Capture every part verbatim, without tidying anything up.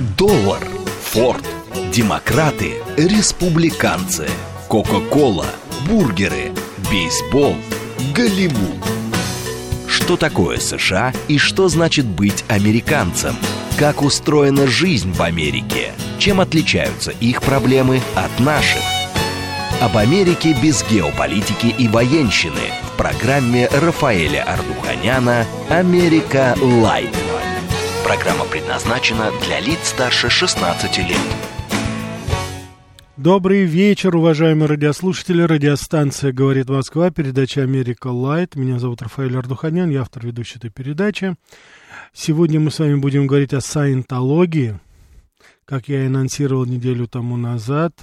Доллар, Форд, демократы, республиканцы, Кока-кола, бургеры, бейсбол, Голливуд. Что такое США и что значит быть американцем? Как устроена жизнь в Америке? Чем отличаются их проблемы от наших? Об Америке без геополитики и военщины в программе Рафаэля Ардуханяна «Америка Лайт». Программа предназначена для лиц старше шестнадцати лет. Добрый вечер, уважаемые радиослушатели. Радиостанция «Говорит Москва», передача «Америка Лайт». Меня зовут Рафаэль Ардуханян, я автор ведущей этой передачи. Сегодня мы с вами будем говорить о саентологии, как я и анонсировал неделю тому назад.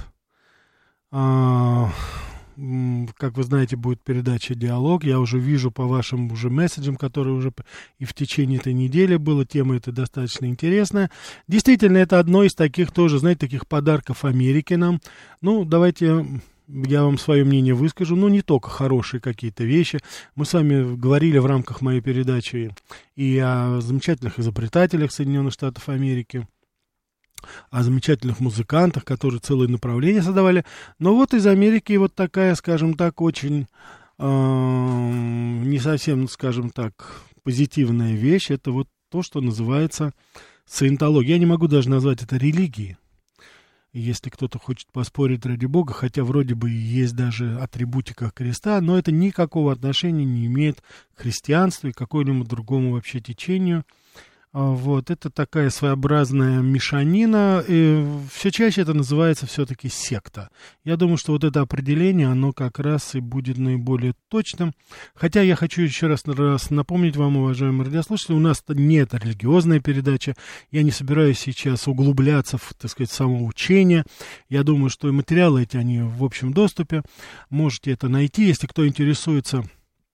А, как вы знаете, будет передача «Диалог». Я уже вижу по вашим уже месседжам, которые уже и в течение этой недели было. Тема эта достаточно интересная. Действительно, это одно из таких тоже, знаете, таких подарков Америки нам. Ну, давайте я вам свое мнение выскажу. Ну, не только хорошие какие-то вещи. Мы с вами говорили в рамках моей передачи и о замечательных изобретателях Соединенных Штатов Америки, о замечательных музыкантах, которые целые направления создавали. Но вот из Америки вот такая, скажем так, очень э, не совсем, скажем так, позитивная вещь. Это вот то, что называется саентология. Я не могу даже назвать это религией. Если кто-то хочет поспорить, ради бога, хотя вроде бы есть даже атрибутика креста, но это никакого отношения не имеет к христианству и какому-либо другому вообще течению. Вот, это такая своеобразная мешанина, и все чаще это называется все-таки секта. Я думаю, что вот это определение, оно как раз и будет наиболее точным. Хотя я хочу еще раз, раз напомнить вам, уважаемые радиослушатели, у нас нет религиозная передача, я не собираюсь сейчас углубляться в, так сказать, само учение. Я думаю, что и материалы эти, они в общем доступе, можете это найти, если кто интересуется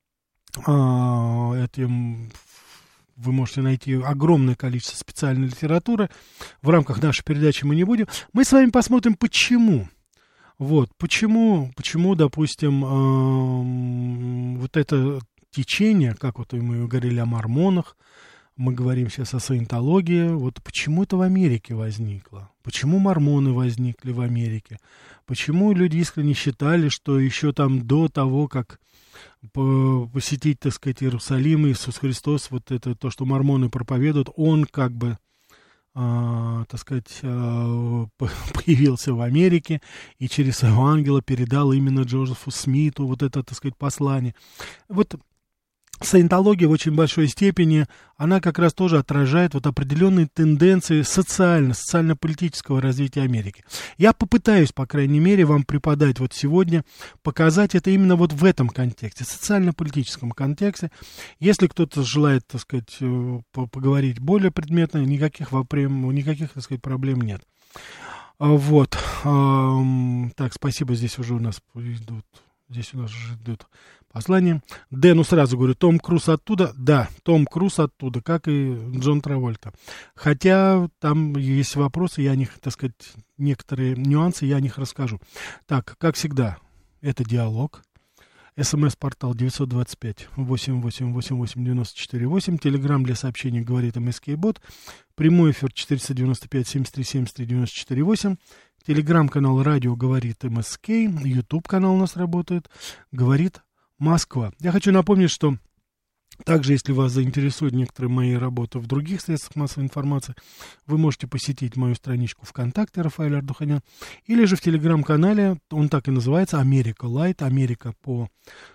а, этим. Вы можете найти огромное количество специальной литературы. В рамках нашей передачи мы не будем. Мы с вами посмотрим, почему. Вот, почему, почему, допустим, э, вот это течение, как вот мы говорили о мормонах, мы говорим сейчас о саентологии, вот почему это в Америке возникло? Почему мормоны возникли в Америке? Почему люди искренне считали, что еще там до того, как посетить, так сказать, Иерусалим, Иисус Христос, вот это то, что мормоны проповедуют, он как бы, э, так сказать, э, появился в Америке и через своего ангела передал именно Джозефу Смиту вот это, так сказать, послание. Вот саентология в очень большой степени, она как раз тоже отражает вот определенные тенденции социально, социально-политического развития Америки. Я попытаюсь, по крайней мере, вам преподать вот сегодня, показать это именно вот в этом контексте, социально-политическом контексте. Если кто-то желает, так сказать, поговорить более предметно, никаких, вопрем, никаких, так сказать, проблем нет. Вот. Так, спасибо, здесь уже у нас идут, здесь у нас уже идут послание. Д, ну сразу говорю, Том Круз оттуда? Да, Том Круз оттуда, как и Джон Травольта. Хотя там есть вопросы, я о них, так сказать, некоторые нюансы, я о них расскажу. Так, как всегда, это диалог. СМС-портал девять два пять восемь восемь восемь восемь девять четыре восемь. Телеграм для сообщений говорит МСК-бот. Прямой эфир четыреста девяносто пять семьдесят три семьдесят три девяносто четыре восемь. Телеграм-канал радио говорит МСК. Ютуб-канал у нас работает. Говорит Москва. Я хочу напомнить, что также, если вас заинтересуют некоторые мои работы в других средствах массовой информации, вы можете посетить мою страничку ВКонтакте Рафаэль Ардуханян, или же в Телеграм-канале, он так и называется, Америка Лайт, Америка по,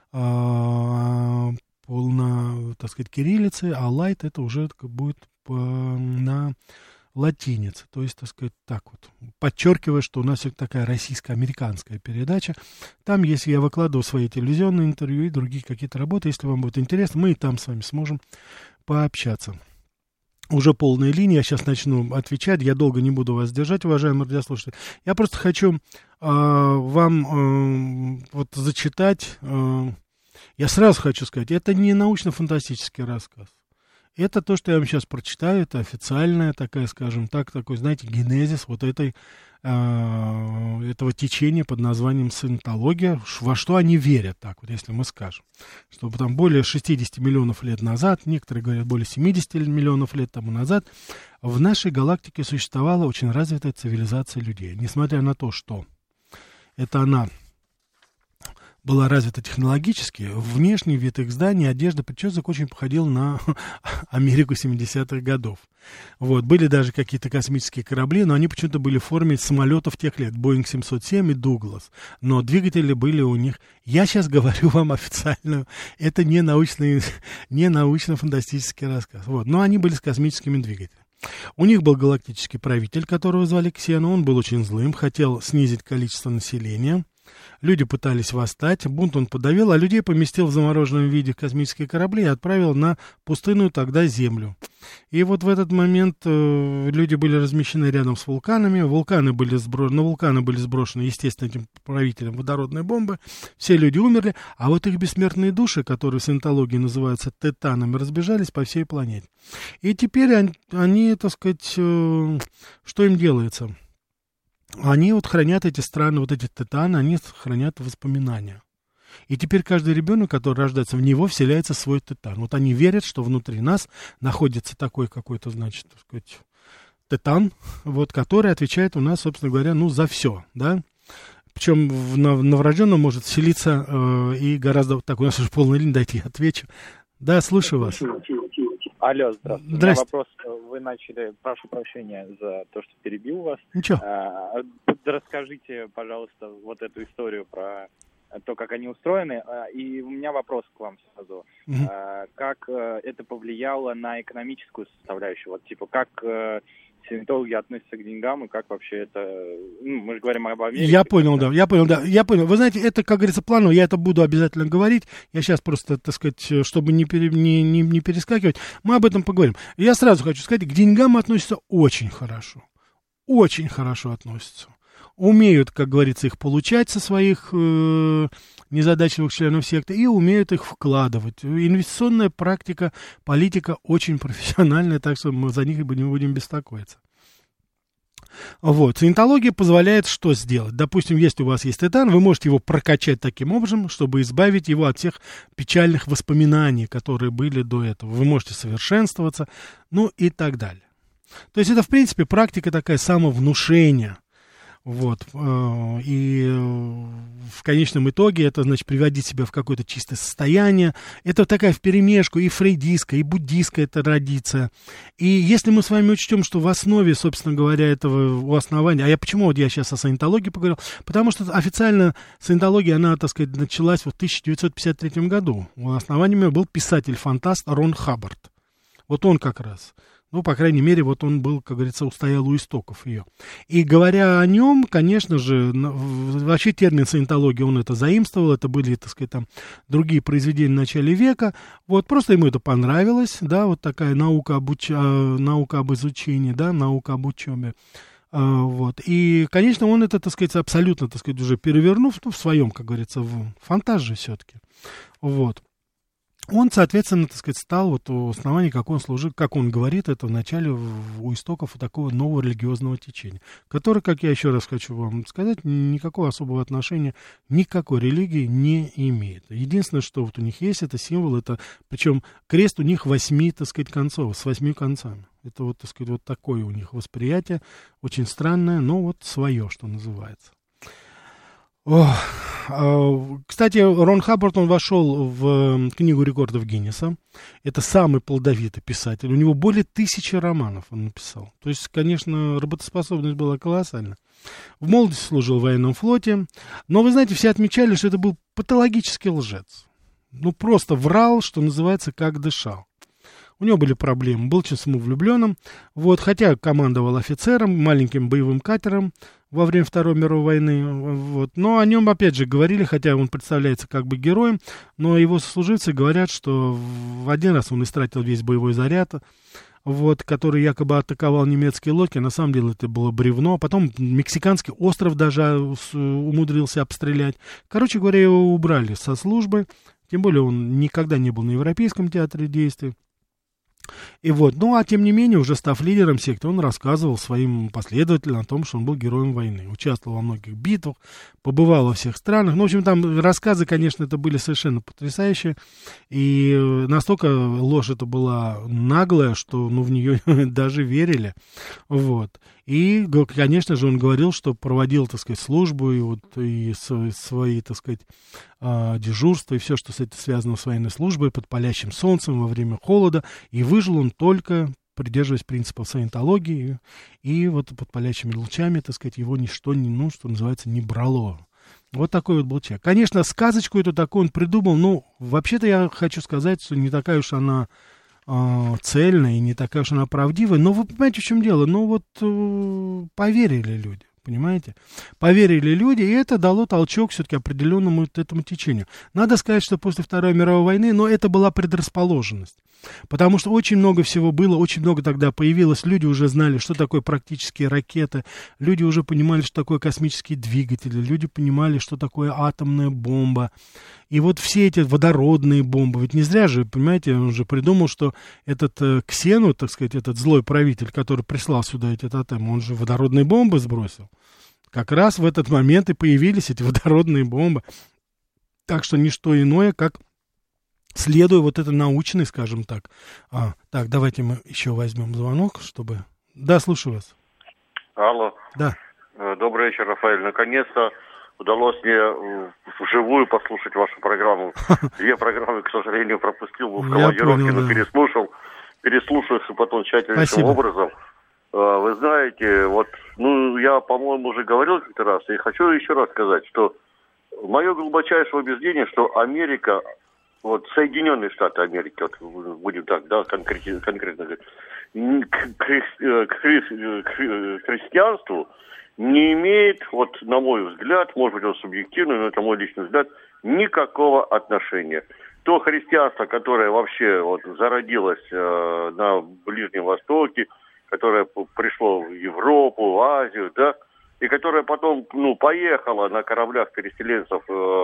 а, по на, так сказать, кириллице, а Лайт это уже будет по, на латинице, то есть, так сказать, так вот, подчеркивая, что у нас все такая российско-американская передача. Там, если я выкладываю свои телевизионные интервью и другие какие-то работы, если вам будет интересно, мы и там с вами сможем пообщаться. Уже полная линия, я сейчас начну отвечать, я долго не буду вас держать, уважаемые радиослушатели. Я просто хочу э, вам э, вот зачитать, э, я сразу хочу сказать, это не научно-фантастический рассказ. Это то, что я вам сейчас прочитаю, это официальная такая, скажем так, такой, знаете, генезис вот этой, э, этого течения под названием саентология, во что они верят, так вот, если мы скажем, что там более шестьдесят миллионов лет назад, некоторые говорят, более семьдесят миллионов лет тому назад, в нашей галактике существовала очень развитая цивилизация людей, несмотря на то, что это она была развита технологически, внешний вид их зданий, одежда, прическа очень походил на Америку семидесятых годов. Вот. Были даже какие-то космические корабли, но они почему-то были в форме самолетов тех лет, Боинг семьсот семь и Дуглас. Но двигатели были у них... Я сейчас говорю вам официально, это не научный, не научно-фантастический рассказ. Вот. Но они были с космическими двигателями. У них был галактический правитель, которого звали Ксена, он был очень злым, хотел снизить количество населения. Люди пытались восстать, бунт он подавил, а людей поместил в замороженном виде в космические корабли и отправил на пустынную тогда Землю. И вот в этот момент э, люди были размещены рядом с вулканами, вулканы были сбро... на вулканы были сброшены, естественно, этим правителем водородные бомбы, все люди умерли, а вот их бессмертные души, которые в саентологии называются тетанами, разбежались по всей планете. И теперь они, они так сказать, э, что им делается? Они вот хранят эти страны, вот эти титаны, они хранят воспоминания. И теперь каждый ребенок, который рождается, в него вселяется свой титан. Вот они верят, что внутри нас находится такой какой-то, значит, так сказать, титан, вот, который отвечает у нас, собственно говоря, ну, за все, да. Причем в новорожденном может вселиться э, и гораздо... Так, у нас уже полная линия, дайте я отвечу. Да, слушаю вас. Алло, здравствуйте. Здрасте. У меня вопрос. Вы начали, прошу прощения за то, что перебил вас. Ничего. А, расскажите, пожалуйста, вот эту историю про то, как они устроены. И у меня вопрос к вам сразу. Угу. А, как это повлияло на экономическую составляющую? Вот, типа, как саентологи относятся к деньгам и как вообще это... Ну, мы же говорим об Америке. Я понял, да, я понял, да, я понял. Вы знаете, это, как говорится, планово, я это буду обязательно говорить. Я сейчас просто, так сказать, чтобы не, пере, не, не, не перескакивать, мы об этом поговорим. Я сразу хочу сказать, к деньгам относятся очень хорошо. Очень хорошо относятся. Умеют, как говорится, их получать со своих э, незадачливых членов секты и умеют их вкладывать. Инвестиционная практика, политика очень профессиональная, так что мы за них и не будем беспокоиться. Вот. Саентология позволяет что сделать? Допустим, если у вас есть титан, вы можете его прокачать таким образом, чтобы избавить его от всех печальных воспоминаний, которые были до этого. Вы можете совершенствоваться, ну и так далее. То есть это, в принципе, практика такая самовнушения. Вот, и в конечном итоге это, значит, приводить себя в какое-то чистое состояние. Это такая вперемешку и фрейдистская, и буддийская традиция. И если мы с вами учтем, что в основе, собственно говоря, этого, у основания, а я почему вот я сейчас о саентологии поговорил? Потому что официально саентология, она, так сказать, началась вот в тысяча девятьсот пятьдесят третьем году. У основания был писатель-фантаст Рон Хаббард. Вот он как раз... Ну, по крайней мере, вот он был, как говорится, устоял у истоков ее. И говоря о нем, конечно же, вообще термин саентология, он это заимствовал, это были, так сказать, там, другие произведения в начале века. Вот, просто ему это понравилось, да, вот такая наука, обуч... наука об изучении, да, наука об учебе. Вот. И, конечно, он это, так сказать, абсолютно, так сказать, уже перевернув, ну, в своем, как говорится, в фантаз же все-таки. Вот. Он, соответственно, так сказать, стал вот у основания, как он служил, как он говорит, это в начале у истоков такого нового религиозного течения, которое, как я еще раз хочу вам сказать, никакого особого отношения никакой религии не имеет. Единственное, что вот у них есть, это символ, это, причем крест у них восьми, так сказать, концов, с восьми концами. Это вот, так сказать, вот такое у них восприятие, очень странное, но вот свое, что называется. Ох. Кстати, Рон Хаббард, он вошел в книгу рекордов Гиннесса. Это самый плодовитый писатель. У него более тысячи романов он написал. То есть, конечно, работоспособность была колоссальна. В молодости служил в военном флоте. Но, вы знаете, все отмечали, что это был патологический лжец. Ну, просто врал, что называется, как дышал. У него были проблемы, был очень самовлюбленным, вот, хотя командовал офицером, маленьким боевым катером во время Второй мировой войны, вот, но о нем, опять же, говорили, хотя он представляется как бы героем, но его сослуживцы говорят, что в один раз он истратил весь боевой заряд, вот, который якобы атаковал немецкие лодки, на самом деле это было бревно, потом мексиканский остров даже умудрился обстрелять. Короче говоря, его убрали со службы, тем более он никогда не был на Европейском театре действий. И вот, ну, а тем не менее, уже став лидером секты, он рассказывал своим последователям о том, что он был героем войны, участвовал во многих битвах, побывал во всех странах. Ну, в общем, там рассказы, конечно, это были совершенно потрясающие, и настолько ложь это была наглая, что, ну, в нее даже верили, вот. И, конечно же, он говорил, что проводил, так сказать, службу и, вот, и свои, так сказать, дежурства, и все, что с этим связано с военной службой, под палящим солнцем во время холода, и выжил он только придерживаясь принципов саентологии, и вот под палящими лучами, так сказать, его ничто, не, ну, что называется, не брало. Вот такой вот был человек. Конечно, сказочку эту такую он придумал, ну, вообще-то я хочу сказать, что не такая уж она э, цельная и не такая уж она правдивая, но вы понимаете, в чем дело? Ну, вот э, поверили люди. Понимаете? Поверили люди, и это дало толчок все-таки определенному вот этому течению. Надо сказать, что после Второй мировой войны, но это была предрасположенность. Потому что очень много всего было, очень много тогда появилось. Люди уже знали, что такое практические ракеты. Люди уже понимали, что такое космические двигатели. Люди понимали, что такое атомная бомба. И вот все эти водородные бомбы. Ведь не зря же, понимаете, он же придумал, что этот э, Ксену, так сказать, этот злой правитель, который прислал сюда эти тотемы, он же водородные бомбы сбросил. Как раз в этот момент и появились эти водородные бомбы. Так что ничто иное, как следуя вот этой научной, скажем так. А, так, давайте мы еще возьмем звонок, чтобы... Да, слушаю вас. Алло. Да. Добрый вечер, Рафаэль. Наконец-то удалось мне вживую послушать вашу программу. Две программы, к сожалению, пропустил в командировке, но переслушал. Переслушал их потом тщательнейшим образом. Вы знаете, вот, ну, я, по-моему, уже говорил как-то раз, и хочу еще раз сказать, что мое глубочайшее убеждение, что Америка, вот Соединенные Штаты Америки, вот будем так, да, конкретно, конкретно говорить, к, хри, к, хри, к христианству не имеет, вот, на мой взгляд, может быть, он субъективный, но это мой личный взгляд, никакого отношения. То христианство, которое вообще вот зародилось э, на Ближнем Востоке, которое пришло в Европу, в Азию, да, и которое потом, ну, поехало на кораблях переселенцев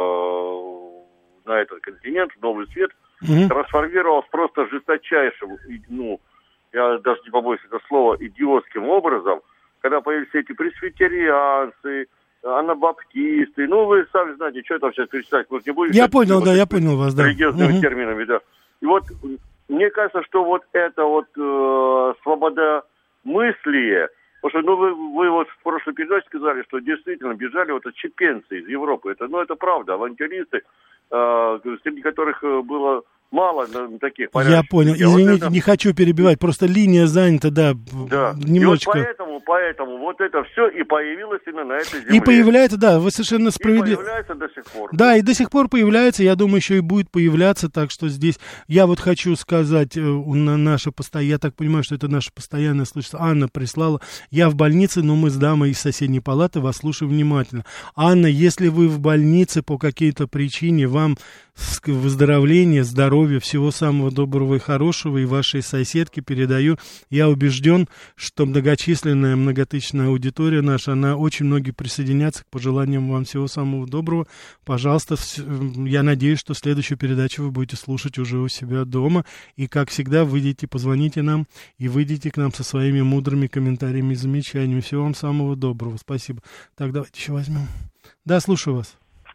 э, на этот континент, в Новый Свет, mm-hmm. трансформировалось просто жесточайшим, ну, я даже не побоюсь этого слова, идиотским образом, когда появились эти пресвитерианцы, анабаптисты, ну, вы сами знаете, что это сейчас перечислять, мы не будем... Я понял, да, я понял вас, да. Религиозными угу. терминами, да. И вот, мне кажется, что вот это вот э, свободомыслие, потому что, ну, вы, вы вот в прошлой передаче сказали, что действительно бежали вот отщепенцы из Европы, это, ну, это правда, авантюристы, э, среди которых было... Мало таких порядков. Я понял. Извините, вот это... не хочу перебивать, просто линия занята, да, да. немножечко. И вот поэтому, поэтому вот это все и появилось именно на этой земле. И появляется, да, вы совершенно справедливы. И появляется до сих пор. Да, и до сих пор появляется, я думаю, еще и будет появляться, так что здесь, я вот хочу сказать, наша постоянная, я так понимаю, что это наша постоянная слушательница, Анна прислала, я в больнице, но мы с дамой из соседней палаты вас слушаем внимательно. Анна, если вы в больнице по какой-то причине, вам выздоровления, здоровья, всего самого доброго и хорошего, и вашей соседке передаю. Я убежден, что многочисленная, многотысячная аудитория наша, она очень многие присоединятся к пожеланиям вам всего самого доброго. Пожалуйста, я надеюсь, что следующую передачу вы будете слушать уже у себя дома, и, как всегда, выйдите, позвоните нам, и выйдите к нам со своими мудрыми комментариями и замечаниями. Всего вам самого доброго. Спасибо. Так, давайте еще возьмем. Да, слушаю вас.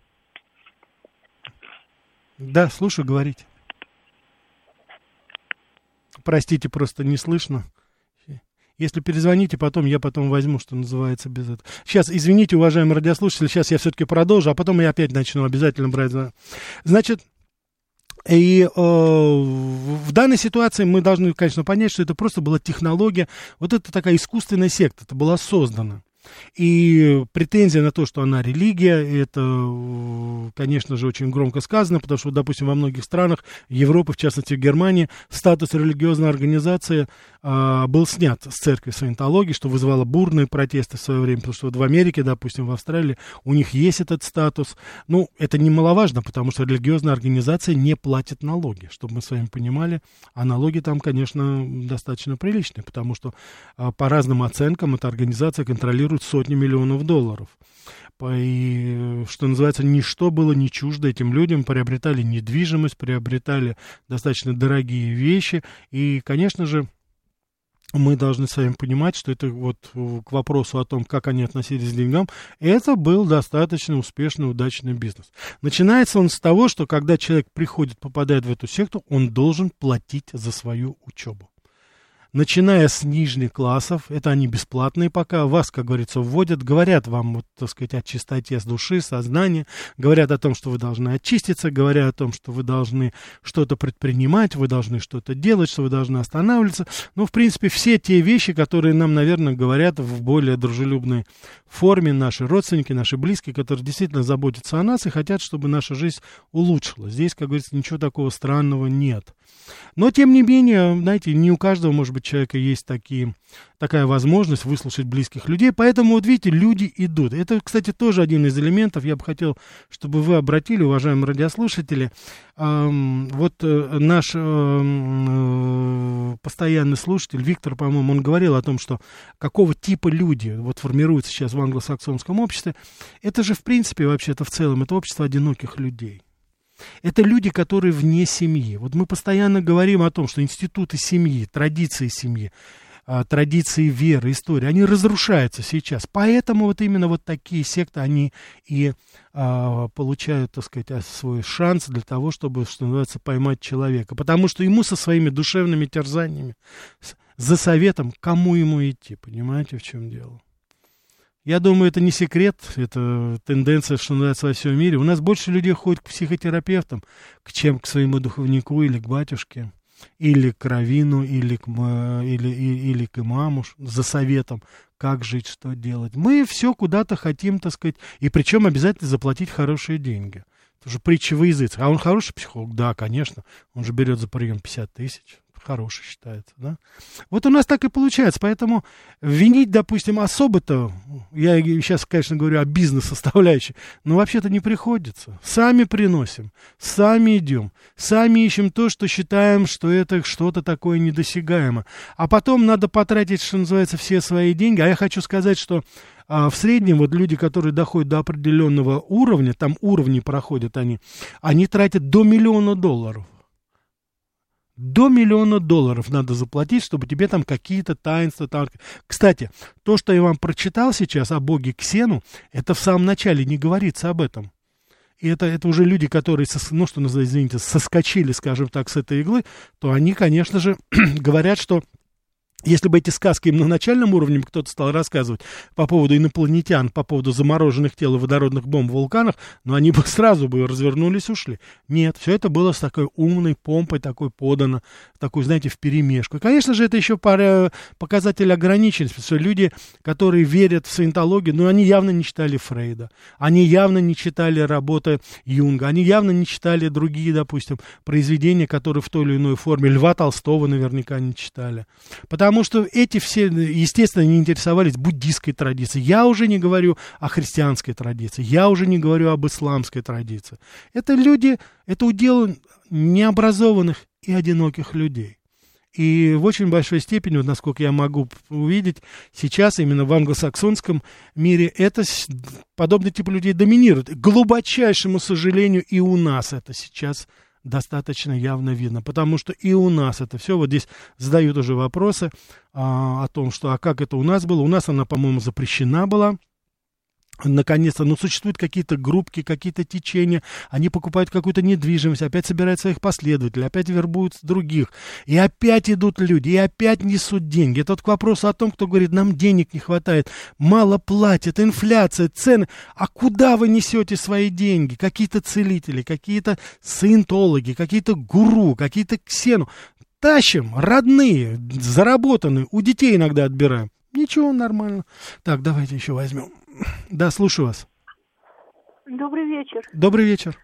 Да, слушаю, говорите. Простите, просто не слышно. Если перезвоните потом, я потом возьму, что называется, без этого. Сейчас, извините, уважаемые радиослушатели, сейчас я все-таки продолжу, а потом я опять начну обязательно брать. Значит, и э, в данной ситуации мы должны, конечно, понять, что это просто была технология, вот это такая искусственная секта, это была создана. И претензия на то, что она религия, это, конечно же, очень громко сказано, потому что, допустим, во многих странах Европы, в частности в Германии, статус религиозной организации а, был снят с церкви саентологии, что вызвало бурные протесты в свое время, потому что вот в Америке, допустим, в Австралии у них есть этот статус. Ну, это немаловажно, потому что религиозная организация не платит налоги, чтобы мы с вами понимали, а налоги там, конечно, достаточно приличные, потому что а, по разным оценкам эта организация контролирует гарантирует сотни миллионов долларов. И, что называется, ничто было не чуждо этим людям, приобретали недвижимость, приобретали достаточно дорогие вещи, и, конечно же, мы должны с вами понимать, что это вот к вопросу о том, как они относились к деньгам, это был достаточно успешный, удачный бизнес. Начинается он с того, что когда человек приходит, попадает в эту секту, он должен платить за свою учебу. Начиная с нижних классов, это они бесплатные пока, вас, как говорится, вводят, говорят вам, вот, так сказать, о чистоте с души, сознания, говорят о том, что вы должны очиститься, говорят о том, что вы должны что-то предпринимать, вы должны что-то делать, что вы должны останавливаться. Ну, в принципе, все те вещи, которые нам, наверное, говорят в более дружелюбной форме наши родственники, наши близкие, которые действительно заботятся о нас и хотят, чтобы наша жизнь улучшилась. Здесь, как говорится, ничего такого странного нет. Но, тем не менее, знаете, не у каждого, может быть, человека есть такие, такая возможность выслушать близких людей, поэтому, вот видите, люди идут. Это, кстати, тоже один из элементов, я бы хотел, чтобы вы обратили, уважаемые радиослушатели, эм, вот э, наш э, постоянный слушатель, Виктор, по-моему, он говорил о том, что какого типа люди вот формируются сейчас в англосаксонском обществе, это же, в принципе, вообще-то в целом, это общество одиноких людей. Это люди, которые вне семьи. Вот мы постоянно говорим о том, что институты семьи, традиции семьи, традиции веры, истории, они разрушаются сейчас. Поэтому вот именно вот такие секты, они и а, получают, так сказать, свой шанс для того, чтобы, что называется, поймать человека. Потому что ему со своими душевными терзаниями, за советом, кому ему идти, понимаете, в чем дело? Я думаю, это не секрет, это тенденция, что называется, во всем мире. У нас больше людей ходит к психотерапевтам, чем к своему духовнику или к батюшке, или к раввину, или к, или, или, или к имаму за советом, как жить, что делать. Мы все куда-то хотим, так сказать, и причем обязательно заплатить хорошие деньги. Это же притча во языцах. А он хороший психолог? Да, конечно. Он же берет за прием пятьдесят тысяч. Хороший считается, да? Вот у нас так и получается, поэтому винить, допустим, особо-то, я сейчас, конечно, говорю о бизнес-составляющей, но вообще-то не приходится. Сами приносим, сами идем, сами ищем то, что считаем, что это что-то такое недосягаемое. А потом надо потратить, что называется, все свои деньги. А я хочу сказать, что а, в среднем вот люди, которые доходят до определенного уровня, там уровни проходят они, они тратят до миллиона долларов. До миллиона долларов надо заплатить, чтобы тебе там какие-то таинства... Там... Кстати, то, что я вам прочитал сейчас о боге Ксену, это в самом начале не говорится об этом. И это, это уже люди, которые, ну, что называется, извините, соскочили, скажем так, с этой иглы, то они, конечно же, говорят, что... Если бы эти сказки им на начальном уровне кто-то стал рассказывать по поводу инопланетян, по поводу замороженных тел и водородных бомб в вулканах, ну, они бы сразу бы развернулись, ушли. Нет, все это было с такой умной помпой, такой подано, такой, знаете, вперемешку. И, конечно же, это еще пара, показатель ограниченности, что люди, которые верят в саентологию, ну, они явно не читали Фрейда, они явно не читали работы Юнга, они явно не читали другие, допустим, произведения, которые в той или иной форме, Льва Толстого наверняка не читали. Потому Потому что эти все, естественно, не интересовались буддийской традицией. Я уже не говорю о христианской традиции. Я уже не говорю об исламской традиции. Это люди, это удел необразованных и одиноких людей. И в очень большой степени, вот насколько я могу увидеть, сейчас именно в англосаксонском мире это, подобный тип людей доминирует. К глубочайшему сожалению, и у нас это сейчас достаточно явно видно, потому что и у нас это все, вот здесь задают уже вопросы а, о том, что, а как это у нас было, у нас она, по-моему, запрещена была, наконец-то, ну, существуют какие-то группки, какие-то течения, они покупают какую-то недвижимость, опять собирают своих последователей, опять вербуют других, и опять идут люди, и опять несут деньги. Это вот к вопросу о том, кто говорит, нам денег не хватает, мало платят, инфляция, цены. А куда вы несете свои деньги? Какие-то целители, какие-то саентологи, какие-то гуру, какие-то ксену. Тащим, родные, заработанные, у детей иногда отбираем. Ничего, нормально. Так, давайте еще возьмем. Да, слушаю вас. Добрый вечер. Добрый вечер.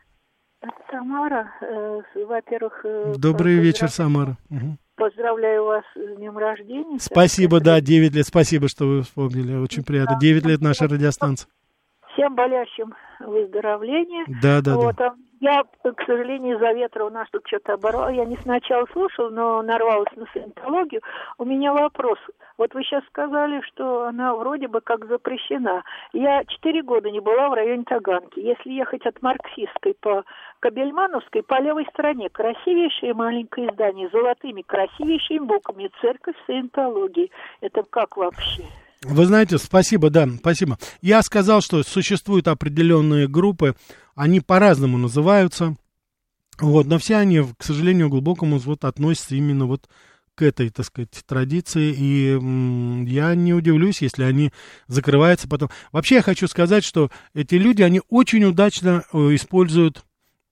Самара, э, во-первых... Э, Добрый вечер, Самара. Угу. Поздравляю вас с днем рождения. Спасибо, да, девять лет. Спасибо, что вы вспомнили. Очень приятно. девять лет нашей радиостанции. Всем болящим выздоровления. Да, да, вот, да. А Я, к сожалению, из-за ветра у нас тут что-то оборвало. Я не сначала слушала, но нарвалась на саентологию. У меня вопрос. Вот вы сейчас сказали, что она вроде бы как запрещена. Я четыре года не была в районе Таганки. Если ехать от Марксистской по Кабельмановской, по левой стороне красивейшее маленькое здание с золотыми красивейшими буквами «Церковь саентологии». Это как вообще? Вы знаете, спасибо, да, спасибо. Я сказал, что существуют определенные группы, они по-разному называются, вот, но все они, к сожалению, глубокому вот относятся именно вот к этой, так сказать, традиции, и м, я не удивлюсь, если они закрываются потом. Вообще я хочу сказать, что эти люди, они очень удачно э, используют,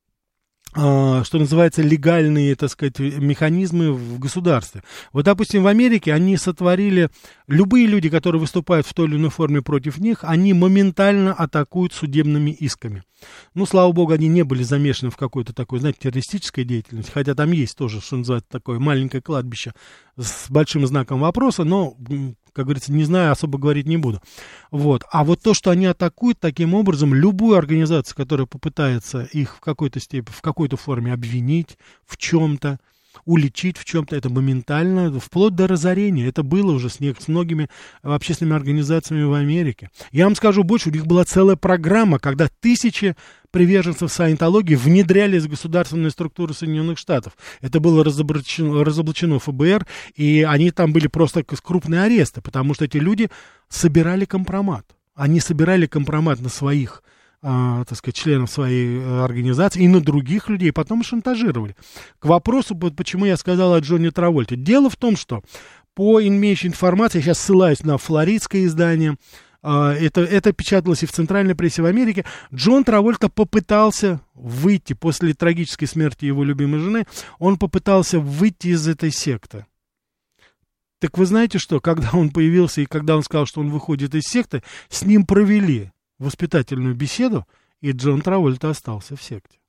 что называется, легальные, так сказать, механизмы в государстве. Вот, допустим, в Америке они сотворили, любые люди, которые выступают в той или иной форме против них, они моментально атакуют судебными исками. Ну, слава богу, они не были замешаны в какой-то такой, знаете, террористической деятельности, хотя там есть тоже, что называется, такое маленькое кладбище с большим знаком вопроса, но, как говорится, не знаю, особо говорить не буду. Вот. А вот то, что они атакуют таким образом любую организацию, которая попытается их в какой-то степени, в какой-то форме обвинить в чем-то, уличить в чем-то, это моментально, вплоть до разорения. Это было уже с, не, с многими общественными организациями в Америке. Я вам скажу больше, у них была целая программа, когда тысячи приверженцев саентологии внедрялись в государственные структуры Соединенных Штатов. Это было разоблачено, разоблачено эф бэ эр, и они там были просто крупные аресты, потому что эти люди собирали компромат. Они собирали компромат на своих, а, так сказать, членов своей организации и на других людей, потом шантажировали. К вопросу, почему я сказал о Джонни Травольте. Дело в том, что по имеющей информации, я сейчас ссылаюсь на флоридское издание, а, это, это печаталось и в центральной прессе в Америке, Джон Травольта попытался выйти после трагической смерти его любимой жены, он попытался выйти из этой секты. Так вы знаете что, когда он появился и когда он сказал, что он выходит из секты, с ним провели воспитательную беседу, и Джон Травольта остался в секте.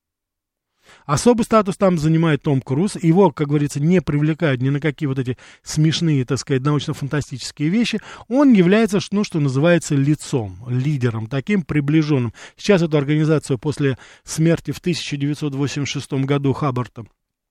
Особый статус там занимает Том Круз. Его, как говорится, не привлекают ни на какие вот эти смешные, так сказать, научно-фантастические вещи. Он является, ну, что называется, лицом, лидером, таким приближенным. Сейчас эту организацию после смерти в тысяча девятьсот восемьдесят шестом году Хаббарда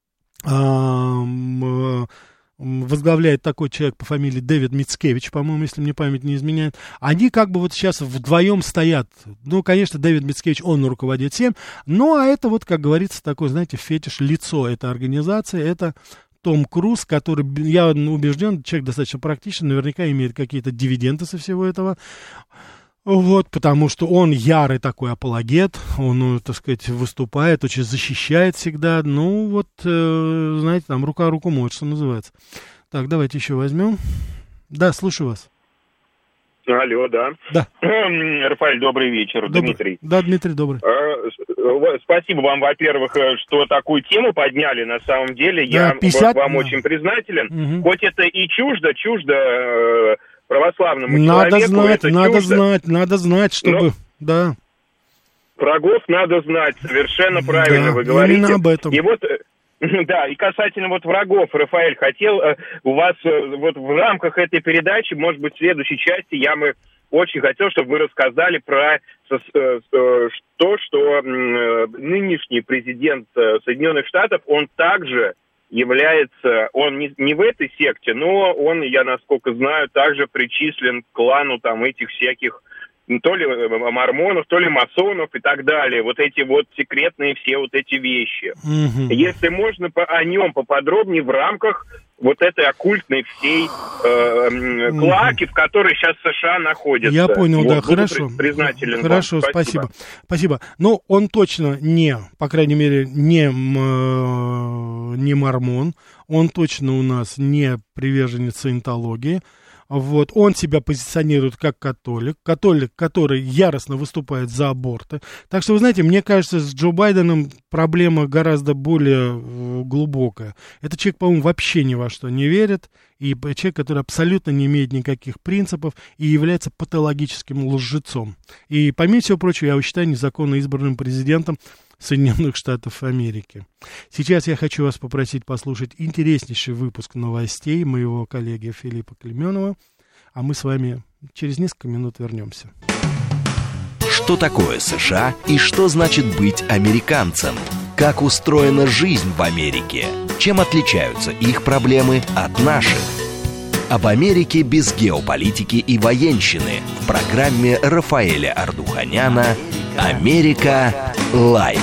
возглавляет такой человек по фамилии Дэвид Мицкевич, по-моему, если мне память не изменяет. Они как бы вот сейчас вдвоем стоят. Ну, конечно, Дэвид Мицкевич, он руководит всем. Ну, а это вот, как говорится, такой, знаете, фетиш, лицо этой организации. Это Том Круз, который, я убежден, человек достаточно практичный, наверняка имеет какие-то дивиденды со всего этого. Вот, потому что он ярый такой апологет, он, ну, так сказать, выступает, очень защищает всегда. Ну, вот, э, знаете, там рука руку моет, что называется. Так, давайте еще возьмем. Да, слушаю вас. Алло, да. Да. Рафаэль, добрый вечер, добрый. Дмитрий. Да, Дмитрий, добрый. Спасибо вам, во-первых, что такую тему подняли, на самом деле. Да, я пятьдесят... вам да. очень признателен. Угу. Хоть это и чуждо, чуждо православному надо человеку. Знать, это надо чуждо. знать, надо знать, чтобы... Но... Да. Врагов надо знать, совершенно правильно да, вы говорите. Именно об этом. И вот... Да, и касательно вот врагов, Рафаэль, хотел э, у вас э, вот в рамках этой передачи, может быть, в следующей части я бы очень хотел, чтобы вы рассказали про э, э, то, что э, нынешний президент э, Соединенных Штатов, он также является, он не, не в этой секте, но он, я насколько знаю, также причислен к клану там этих всяких то ли мормонов, то ли масонов и так далее. Вот эти вот секретные все вот эти вещи. Mm-hmm. Если можно по, о нем поподробнее в рамках вот этой оккультной всей э, клаки, mm-hmm. в которой сейчас США находятся. Я понял, вот, да, хорошо. Признателен хорошо, вам. Спасибо. спасибо. Спасибо. Но он точно не, по крайней мере, не, не мормон. Он точно у нас не приверженец саентологии. Вот, он себя позиционирует как католик, католик, который яростно выступает за аборты. Так что, вы знаете, мне кажется, с Джо Байденом проблема гораздо более глубокая. Этот человек, по-моему, вообще ни во что не верит, и человек, который абсолютно не имеет никаких принципов и является патологическим лжецом. И, помимо всего прочего, я его считаю незаконно избранным президентом Соединенных Штатов Америки. Сейчас я хочу вас попросить послушать интереснейший выпуск новостей моего коллеги Филиппа Клеменова, а мы с вами через несколько минут вернемся. Что такое США и что значит быть американцем? Как устроена жизнь в Америке? Чем отличаются их проблемы от наших? Об Америке без геополитики и военщины в программе Рафаэля Ардуханяна «Америка Лайт».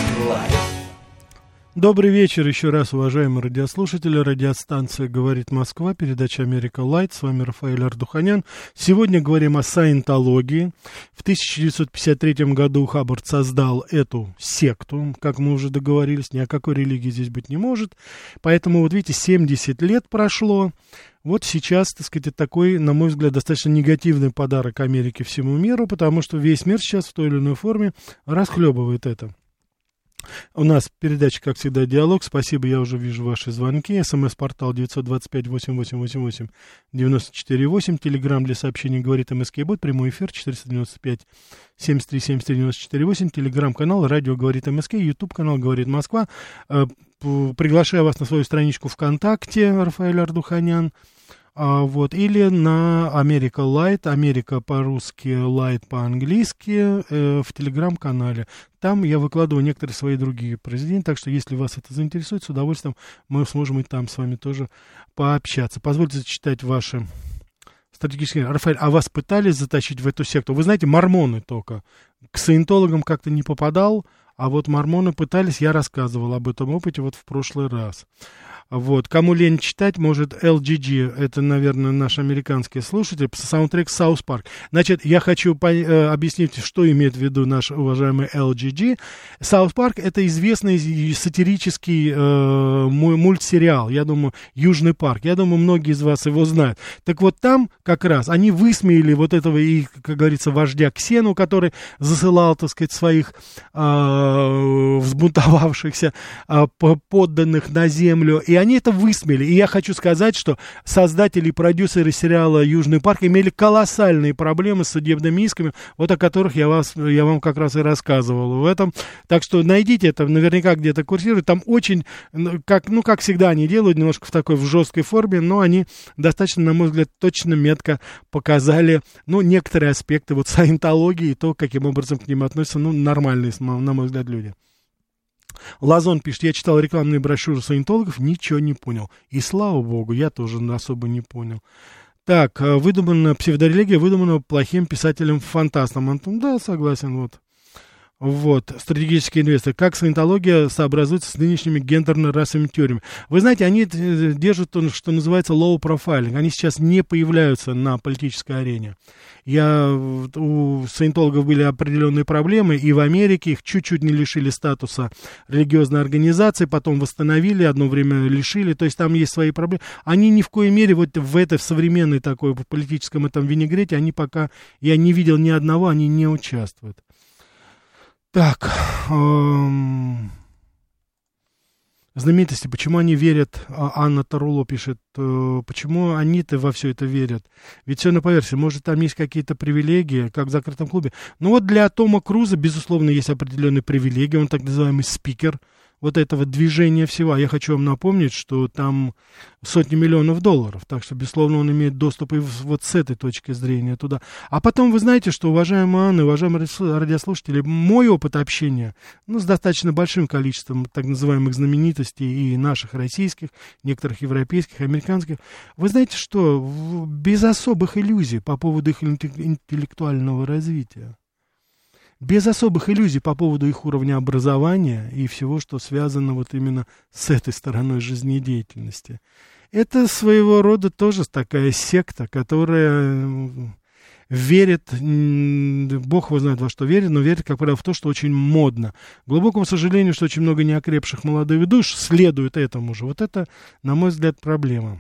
Добрый вечер еще раз, уважаемые радиослушатели. Радиостанция «Говорит Москва», передача «Америка Лайт». С вами Рафаэль Ардуханян. Сегодня говорим о саентологии. В тысяча девятьсот пятьдесят третьем году Хаббард создал эту секту, как мы уже договорились, ни о какой религии здесь быть не может. Поэтому, вот видите, семьдесят лет прошло. Вот сейчас, так сказать, такой, на мой взгляд, достаточно негативный подарок Америке всему миру, потому что весь мир сейчас в той или иной форме расхлебывает это. У нас передача, как всегда, «Диалог». Спасибо, я уже вижу ваши звонки. СМС-портал девять два пять восемь восемь восемь восемь девять четыре восемь. Телеграмм для сообщений «Говорит МСК-бот». Прямой эфир четыреста девяносто пять семьдесят три семьдесят три девяносто четыре восемь. Телеграм-канал «Радио Говорит МСК». Ютуб-канал «Говорит Москва». Приглашаю вас на свою страничку ВКонтакте «Рафаэль Ардуханян». А, вот, или на Америка Лайт, Америка по-русски, Лайт по-английски, э, в телеграм-канале. Там я выкладываю некоторые свои другие произведения, так что если вас это заинтересует, с удовольствием мы сможем и там с вами тоже пообщаться. Позвольте зачитать ваши стратегические... Рафаэль, а вас пытались затащить в эту секту? Вы знаете, мормоны только. К саентологам как-то не попадал, а вот мормоны пытались, я рассказывал об этом опыте вот в прошлый раз. Вот. Кому лень читать, может, эл джи джи, это, наверное, наш американский слушатель, саундтрек «Саус Парк». Значит, я хочу по- э, объяснить, что имеет в виду наш уважаемый эл джи джи. «Саус Парк» — это известный сатирический э, мультсериал, я думаю, «Южный парк». Я думаю, многие из вас его знают. Так вот, там как раз они высмеяли вот этого, и, как говорится, вождя Ксену, который засылал, так сказать, своих э, взбунтовавшихся э, подданных на землю, и И они это высмеяли. И я хочу сказать, что создатели и продюсеры сериала «Южный парк» имели колоссальные проблемы с судебными исками, вот о которых я, вас, я вам как раз и рассказывал в этом. Так что найдите это, наверняка где-то курсирует. Там очень, как, ну, как всегда они делают, немножко в такой, в жесткой форме, но они достаточно, на мой взгляд, точно, метко показали, ну, некоторые аспекты вот саентологии и то, каким образом к ним относятся, ну, нормальные, на мой взгляд, люди. Лазон пишет: я читал рекламные брошюры саентологов, ничего не понял. И слава богу, я тоже особо не понял. Так, выдумана псевдорелигия, выдумана плохим писателем-фантастом. Антон, да, согласен, вот. Вот, стратегический инвестор. Как саентология сообразуется с нынешними гендерно-расовыми теориями? Вы знаете, они держат то, что называется low profiling. Они сейчас не появляются на политической арене. Я, у саентологов были определенные проблемы, и в Америке их чуть-чуть не лишили статуса религиозной организации, потом восстановили, одно время лишили, то есть там есть свои проблемы. Они ни в коей мере вот в этой в современной такой в политическом этом винегрете, они пока, я не видел ни одного, они не участвуют. Так, эм, знаменитости, почему они верят, Анна Таруло пишет, э, почему они-то во все это верят? Ведь все на поверхности, может, там есть какие-то привилегии, как в закрытом клубе. Ну вот для Тома Круза, безусловно, есть определенные привилегии, он так называемый спикер вот этого движения всего. Я хочу вам напомнить, что там сотни миллионов долларов, так что, безусловно, он имеет доступ и вот с этой точки зрения туда. А потом вы знаете, что, уважаемые Анны, уважаемые радиослушатели, мой опыт общения, ну, с достаточно большим количеством так называемых знаменитостей и наших российских, некоторых европейских, американских, вы знаете, что без особых иллюзий по поводу их интеллектуального развития, без особых иллюзий по поводу их уровня образования и всего, что связано вот именно с этой стороной жизнедеятельности. Это своего рода тоже такая секта, которая верит, Бог его знает во что верит, но верит, как правило, в то, что очень модно. К глубокому сожалению, что очень много неокрепших молодых душ следует этому же. Вот это, на мой взгляд, проблема.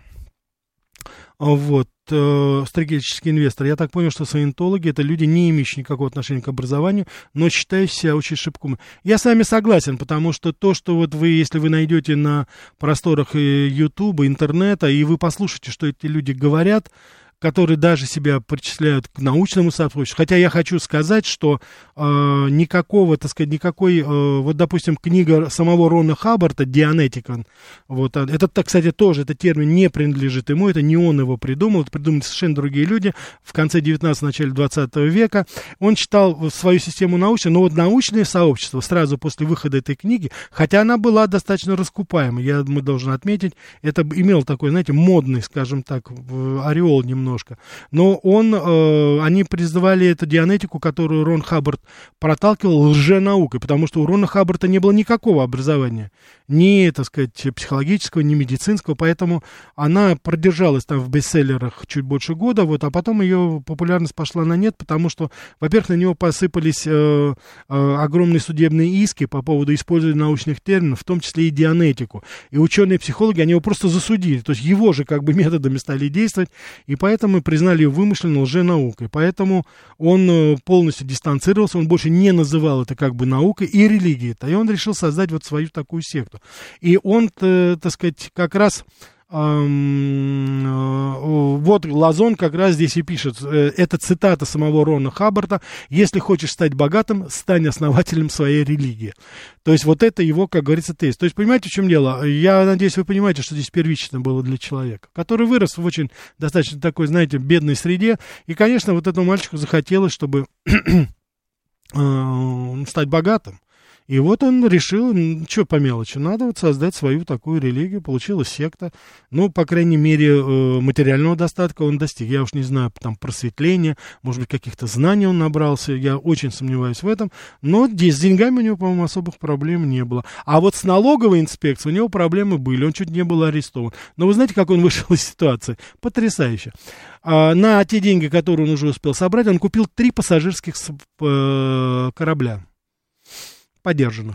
Вот, э, стратегический инвестор. Я так понял, что саентологи — это люди, не имеющие никакого отношения к образованию, но считающие себя очень шибком. Я с вами согласен, потому что то, что вот вы, если вы найдете на просторах Ютуба, интернета, и вы послушаете, что эти люди говорят, которые даже себя причисляют к научному сообществу. Хотя я хочу сказать, что э, никакого, так сказать, никакой, э, вот, допустим, книга самого Рона Хаббарда «Дианетика», вот, это, кстати, тоже, этот термин не принадлежит ему, это не он его придумал, это придумали совершенно другие люди в конце девятнадцатого, начале двадцатого века. Он читал свою систему научную, но вот научное сообщество сразу после выхода этой книги, хотя она была достаточно раскупаемой, я, мы должны отметить, это имел такой, знаете, модный, скажем так, ореол немножко, но он, э, они призывали эту дианетику, которую Рон Хаббард проталкивал, лженаукой, потому что у Рона Хаббарда не было никакого образования, ни, так сказать, психологического, ни медицинского, поэтому она продержалась там в бестселлерах чуть больше года, вот, а потом ее популярность пошла на нет, потому что, во-первых, на него посыпались э, э, огромные судебные иски по поводу использования научных терминов, в том числе и дианетику, и ученые-психологи, они его просто засудили, то есть его же как бы методами стали действовать, и поэтому признали ее вымышленной лженаукой, поэтому он э, полностью дистанцировался, он больше не называл это как бы наукой и религией, и он решил создать вот свою такую секту. И он, так сказать, как раз, эм, вот Лазон как раз здесь и пишет, это цитата самого Рона Хаббарда: «Если хочешь стать богатым, стань основателем своей религии». То есть вот это его, как говорится, тезис. То есть понимаете, в чем дело? Я надеюсь, вы понимаете, что здесь первично было для человека, который вырос в очень достаточно такой, знаете, бедной среде. И, конечно, вот этому мальчику захотелось, чтобы стать богатым. И вот он решил, что по мелочи, надо вот создать свою такую религию, получилась секта, ну, по крайней мере, материального достатка он достиг, я уж не знаю, там, просветления, может быть, каких-то знаний он набрался, я очень сомневаюсь в этом, но здесь с деньгами у него, по-моему, особых проблем не было. А вот с налоговой инспекцией у него проблемы были, он чуть не был арестован. Но вы знаете, как он вышел из ситуации? Потрясающе. А, на те деньги, которые он уже успел собрать, он купил три пассажирских корабля подержанных.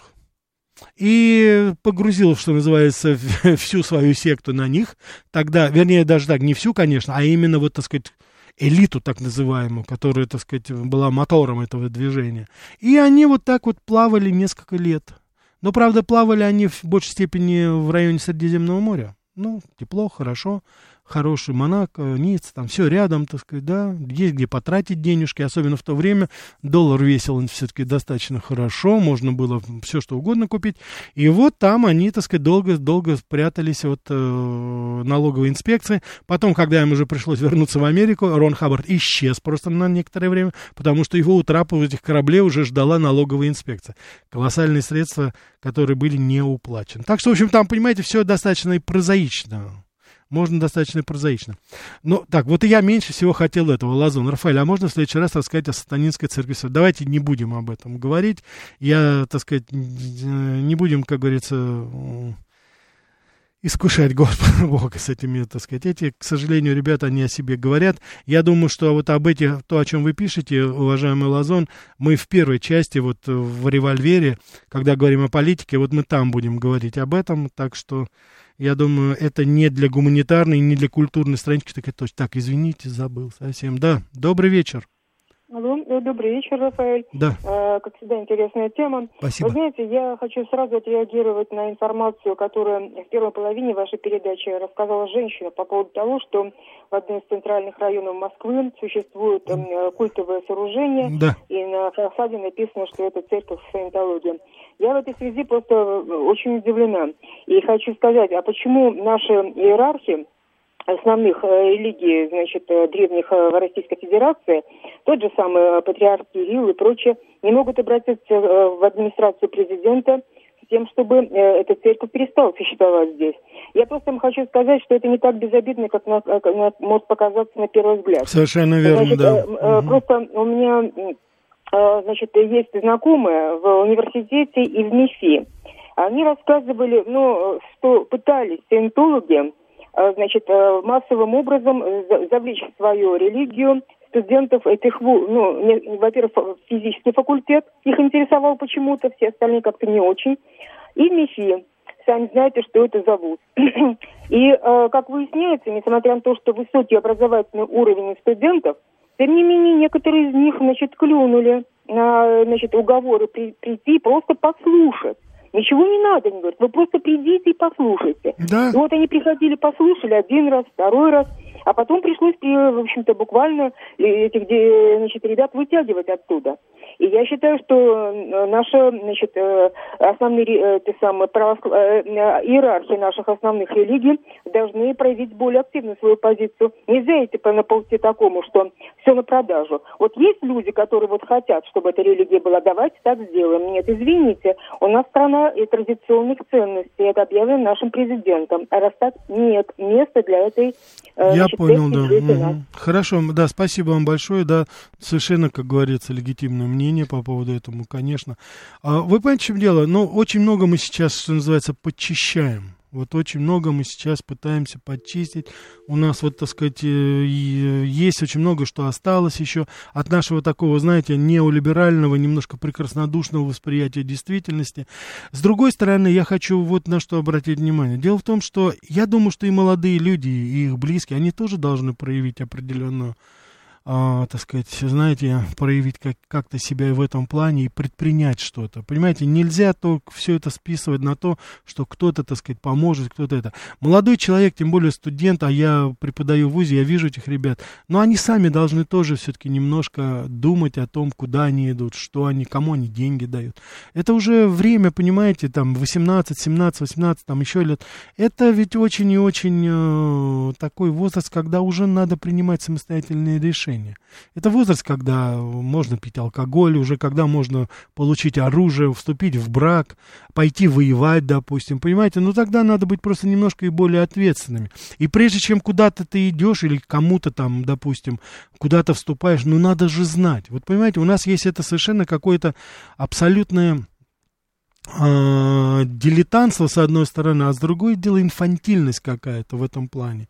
И погрузил, что называется, всю свою секту на них. Тогда, вернее, даже так, не всю, конечно, а именно, вот, так сказать, элиту так называемую, которая, так сказать, была мотором этого движения. И они вот так вот плавали несколько лет. Но, правда, плавали они в большей степени в районе Средиземного моря. Ну, тепло, хорошо. Хороший Монако, Ницца, там все рядом, так сказать, да, есть где потратить денежки, особенно в то время доллар весил все-таки достаточно хорошо, можно было все что угодно купить, и вот там они, так сказать, долго-долго прятались от э, налоговой инспекции, потом, когда им уже пришлось вернуться в Америку, Рон Хаббард исчез просто на некоторое время, потому что его у трапа этих кораблей уже ждала налоговая инспекция, колоссальные средства, которые были не уплачены. Так что, в общем, там, понимаете, все достаточно и прозаично. Можно достаточно прозаично. Но так, вот и я меньше всего хотел этого, Лазон. Рафаэль, а можно в следующий раз рассказать о сатанинской церкви? Давайте не будем об этом говорить. Я, так сказать, не будем, как говорится, искушать Господа Бога с этими, так сказать. Эти, к сожалению, ребята, они о себе говорят. Я думаю, что вот об этих, то, о чем вы пишете, уважаемый Лазон, мы в первой части, вот в «Револьвере», когда говорим о политике, вот мы там будем говорить об этом, так что... Я думаю, это не для гуманитарной, не для культурной странички. Так, точно. Так, извините, забыл совсем. Да, добрый вечер. Алло, добрый вечер, Рафаэль. Да. А, как всегда, интересная тема. Спасибо. Вы знаете, я хочу сразу отреагировать на информацию, которую в первой половине вашей передачи рассказала женщина по поводу того, что в одном из центральных районов Москвы существует там, культовое сооружение, да. И на фасаде написано, что это церковь саентологии. Я в этой связи просто очень удивлена. И хочу сказать, а почему наши иерархи основных религий, значит, древних в Российской Федерации, тот же самый патриарх Кирилл и прочее, не могут обратиться в администрацию президента с тем, чтобы эта церковь перестала существовать здесь. Я просто вам хочу сказать, что это не так безобидно, как, на, как на, может показаться на первый взгляд. Совершенно верно, значит, да. Угу. Просто у меня, значит, есть знакомые в университете и в МИФИ. Они рассказывали, ну, что пытались саентологи, значит, массовым образом завлечь в свою религию студентов этих, ну, не, во-первых, физический факультет их интересовал почему-то, все остальные как-то не очень, и МИФИ. Сами знаете, что это за вуз. И, как выясняется, несмотря на то, что высокий образовательный уровень студентов, тем не менее, некоторые из них, значит, клюнули на, значит, уговоры при, прийти и просто послушать. Ничего не надо, они говорят, вы просто придите и послушайте. Да. И вот они приходили, послушали один раз, второй раз, А потом пришлось, в общем-то, буквально этих, значит, ребят вытягивать оттуда. И я считаю, что наша, значит, основные, те самые православ... иерархи наших основных религий должны проявить более активно свою позицию. Нельзя идти на полпути такому, что все на продажу. Вот есть люди, которые вот хотят, чтобы эта религия была, давайте так сделаем. Нет, извините, у нас страна и традиционных ценностей, это объявлено нашим президентом. А раз так, нет места для этой... Я значит, понял, да. Угу. Хорошо, да, спасибо вам большое, да, совершенно, как говорится, легитимное мнение по поводу этому, конечно. А вы понимаете, в чем дело? Ну, очень много мы сейчас, что называется, подчищаем. Вот очень много мы сейчас пытаемся подчистить. У нас, вот, так сказать, есть очень много, что осталось еще от нашего такого, знаете, неолиберального, немножко прекраснодушного восприятия действительности. С другой стороны, я хочу вот на что обратить внимание. Дело в том, что я думаю, что и молодые люди, и их близкие, они тоже должны проявить определенную, А, так сказать, знаете, проявить как- как-то себя в этом плане и предпринять что-то. Понимаете, нельзя только все это списывать на то, что кто-то, так сказать, поможет, кто-то это. Молодой человек, тем более студент, а я преподаю в вузе, я вижу этих ребят, но они сами должны тоже все-таки немножко думать о том, куда они идут, что они, кому они деньги дают. Это уже время, понимаете, там восемнадцать, семнадцать, восемнадцать, там еще лет. Это ведь очень и очень э, такой возраст, когда уже надо принимать самостоятельные решения. Это возраст, когда можно пить алкоголь, уже когда можно получить оружие, вступить в брак, пойти воевать, допустим, понимаете? Ну, тогда надо быть просто немножко и более ответственными. И прежде чем куда-то ты идешь или кому-то там, допустим, куда-то вступаешь, ну, надо же знать. Вот, понимаете, у нас есть это совершенно какое-то абсолютное... дилетантство, с одной стороны, а с другой дело инфантильность какая-то в этом плане.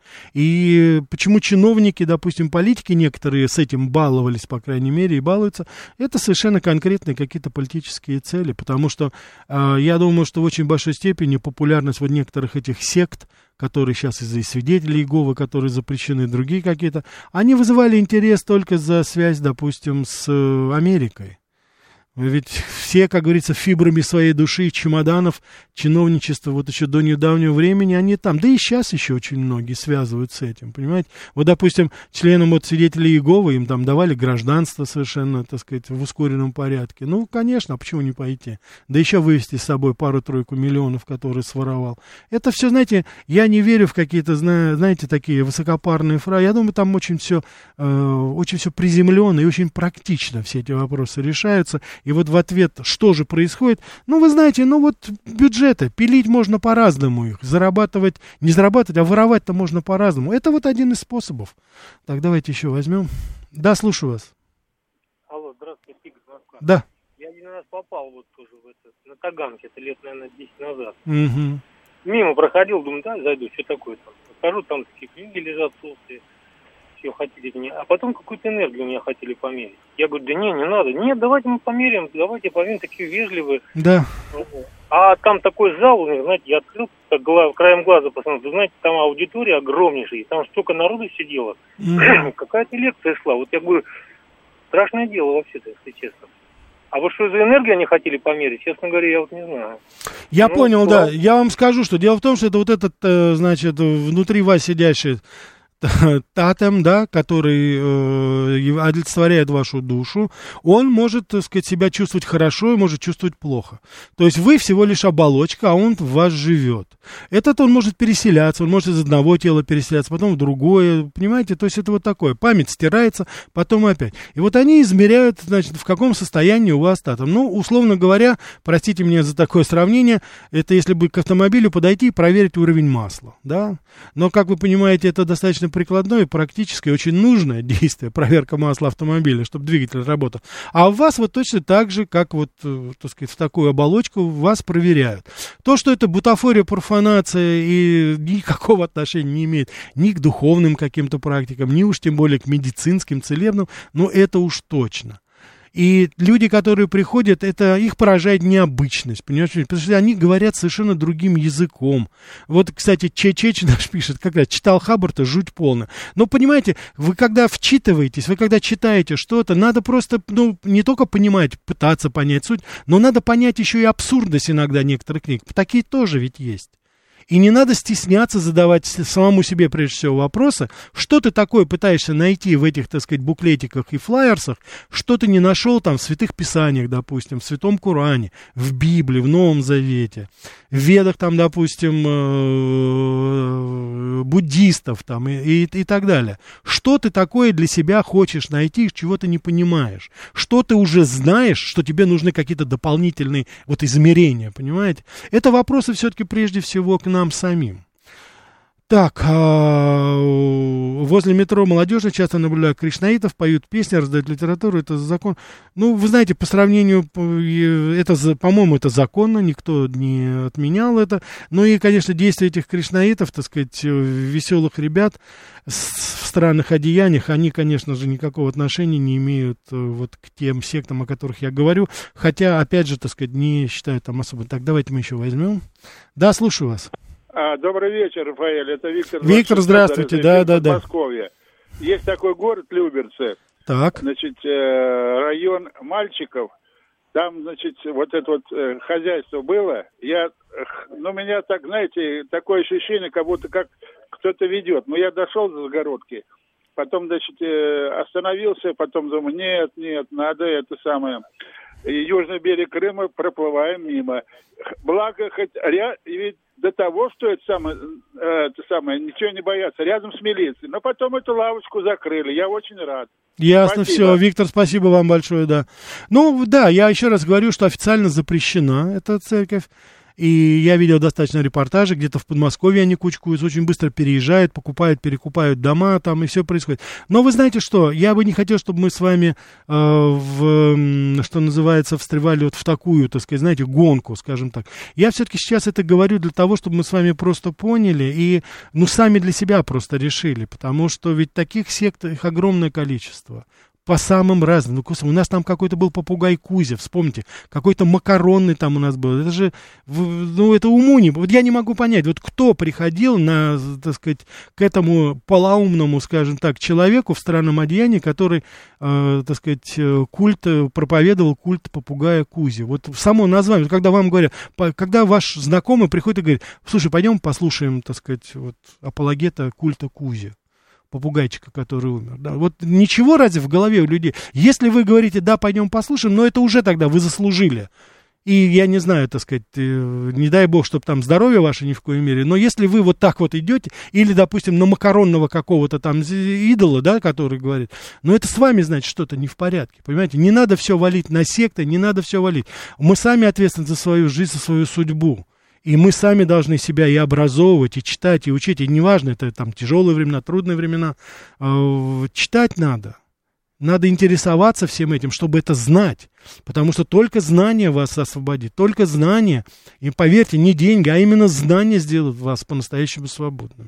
И почему чиновники, допустим, политики некоторые с этим баловались, по крайней мере, и балуются, это совершенно конкретные какие-то политические цели, потому что э, я думаю, что в очень большой степени популярность вот некоторых этих сект, которые сейчас из-за свидетелей Иеговы, которые запрещены, другие какие-то, они вызывали интерес только за связь, допустим, с э, Америкой. Ведь все, как говорится, фибрами своей души и чемоданов чиновничества вот еще до недавнего времени, они там. Да и сейчас еще очень многие связывают с этим, понимаете? Вот, допустим, членам вот свидетелей Иеговы им там давали гражданство совершенно, так сказать, в ускоренном порядке. Ну, конечно, а почему не пойти? Да еще вывести с собой пару-тройку миллионов, которые своровал. Это все, знаете, я не верю в какие-то, знаете, такие высокопарные фразы. Я думаю, там очень все, э, очень все приземленно и очень практично все эти вопросы решаются. И вот в ответ, что же происходит, ну, вы знаете, ну, вот бюджеты, пилить можно по-разному их, зарабатывать, не зарабатывать, а воровать-то можно по-разному. Это вот один из способов. Так, давайте еще возьмем. Да, слушаю вас. Алло, здравствуйте, Игорь, Москва. Да. Я один раз попал вот тоже в это, на Таганке, это лет, наверное, десять назад. Угу. Мимо проходил, думаю, да, зайду, что такое там. Скажу, там такие книги лежат толстые. Все хотели мне, а потом какую-то энергию меня хотели померить. Я говорю, да не, не надо. Нет, давайте мы померяем, давайте померяем, такие вежливые. Да. А там такой зал, у них, знаете, я открыл, так глаз, краем глаза посмотрел, знаете, там аудитория огромнейшая, там столько народу сидело. Mm-hmm. Какая-то лекция шла. Вот я говорю, страшное дело вообще-то, если честно. А вот что за энергию они хотели померить, честно говоря, я вот не знаю. Я ну, понял, да. да. Я вам скажу, что дело в том, что это вот этот, значит, внутри вас сидящий татем, да, который э, олицетворяет вашу душу, он может, так сказать, себя чувствовать хорошо и может чувствовать плохо. То есть вы всего лишь оболочка, а он в вас живет. Этот он может переселяться, он может из одного тела переселяться, потом в другое, понимаете? То есть это вот такое. Память стирается, потом опять. И вот они измеряют, значит, в каком состоянии у вас татем. Ну, условно говоря, простите меня за такое сравнение, это если бы к автомобилю подойти и проверить уровень масла, да? Но, как вы понимаете, это достаточно прикладное, практическое, очень нужное действие, проверка масла автомобиля, чтобы двигатель работал. А у вас вот точно так же, как вот, так сказать, в такую оболочку вас проверяют. То, что это бутафория, профанация и никакого отношения не имеет ни к духовным каким-то практикам, ни уж тем более к медицинским, целебным, но это уж точно. И люди, которые приходят, это их поражает необычность, понимаете? Потому что они говорят совершенно другим языком. Вот, кстати, Че-Чеч наш пишет, когда читал Хаббарта, жуть полная. Но, понимаете, вы когда вчитываетесь, вы когда читаете что-то, надо просто, ну, не только понимать, пытаться понять суть, но надо понять еще и абсурдность иногда некоторых книг. Такие тоже ведь есть. И не надо стесняться задавать самому себе, прежде всего, вопросы, что ты такое пытаешься найти в этих, так сказать, буклетиках и флаерсах, что ты не нашел там в Святых Писаниях, допустим, в Святом Коране, в Библии, в Новом Завете, в Ведах, там, допустим, буддистов там, и, и, и так далее. Что ты такое для себя хочешь найти, чего ты не понимаешь? Что ты уже знаешь, что тебе нужны какие-то дополнительные вот измерения, понимаете? Это вопросы все-таки прежде всего к нам самим. Так, возле метро Молодежной часто наблюдаю кришнаитов, поют песни, раздают литературу, это закон. Ну, вы знаете, по сравнению, это, по-моему, это законно, никто не отменял это. Ну и, конечно, действия этих кришнаитов, так сказать, веселых ребят в странных одеяниях, они, конечно же, никакого отношения не имеют вот к тем сектам, о которых я говорю. Хотя, опять же, так сказать, не считаю там особо. Так, давайте мы еще возьмем. Да, слушаю вас. А, добрый вечер, Рафаэль, это Виктор. Виктор, здравствуйте, да, да, да. Подмосковье. Есть такой город Люберцы, так. Значит, э, район мальчиков, там, значит, вот это вот э, хозяйство было, я, ну, у меня так, знаете, такое ощущение, как будто как кто-то ведет, но я дошел до загородки, потом, значит, э, остановился, потом думаю, нет, нет, надо это самое... Южный берег Крыма, проплываем мимо. Благо, хоть ря... ведь до того, что это самое, э, это самое, ничего не боятся, рядом с милицией. Но потом эту лавочку закрыли. Я очень рад. Ясно, спасибо. Все. Виктор, спасибо вам большое, да. Ну, да, я еще раз говорю, что официально запрещена эта церковь. И я видел достаточно репортажей, где-то в Подмосковье они кучкуются, очень быстро переезжают, покупают, перекупают дома, там и все происходит. Но вы знаете что, я бы не хотел, чтобы мы с вами, э, в, что называется, встревали вот в такую, так сказать, знаете, гонку, скажем так. Я все-таки сейчас это говорю для того, чтобы мы с вами просто поняли и, ну, сами для себя просто решили, потому что ведь таких сект, их огромное количество. По самым разным. Ну, у нас там какой-то был попугай Кузя, вспомните, какой-то макаронный там у нас был. Это же, ну, это уму не... Вот я не могу понять, вот кто приходил на, так сказать, к этому полоумному, скажем так, человеку в странном одеянии, который, э, так сказать, культ, проповедовал культ попугая Кузи. Вот само название, когда вам говорят, когда ваш знакомый приходит и говорит, слушай, пойдем послушаем, так сказать, вот, апологета культа Кузи. Попугайчика, который умер. Да. Вот ничего разве в голове у людей? Если вы говорите, да, пойдем послушаем, но это уже тогда вы заслужили. И я не знаю, так сказать, не дай бог, чтобы там здоровье ваше ни в коей мере, но если вы вот так вот идете, или, допустим, на макаронного какого-то там идола, да, который говорит, но это с вами, значит, что-то не в порядке, понимаете? Не надо все валить на секты, не надо все валить. Мы сами ответственны за свою жизнь, за свою судьбу. И мы сами должны себя и образовывать, и читать, и учить. И неважно, это там тяжелые времена, трудные времена. Э, читать надо. Надо интересоваться всем этим, чтобы это знать. Потому что только знание вас освободит. Только знание. И поверьте, не деньги, а именно знание сделает вас по-настоящему свободным.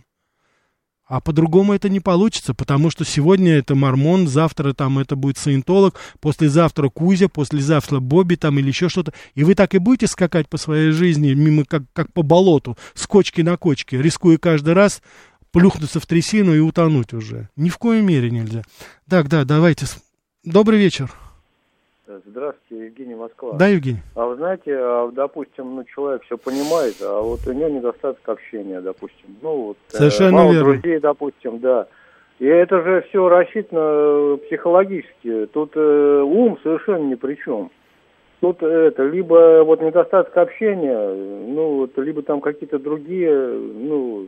А по-другому это не получится, потому что сегодня это мормон, завтра там это будет саентолог, послезавтра Кузя, послезавтра Бобби там или еще что-то. И вы так и будете скакать по своей жизни, мимо как, как по болоту, с кочки на кочке, рискуя каждый раз плюхнуться в трясину и утонуть уже. Ни в коей мере нельзя. Так, да, давайте. Добрый вечер. Здравствуйте, Евгений, Москва. Да, Евгений. А вы знаете, допустим, ну, человек все понимает, а вот у него недостаток общения, допустим. Ну, вот, совершенно мало верно. Друзей, допустим, да. И это же все рассчитано психологически. Тут э, ум совершенно ни при чем. Тут это либо вот недостаток общения, ну, вот, либо там какие-то другие, ну,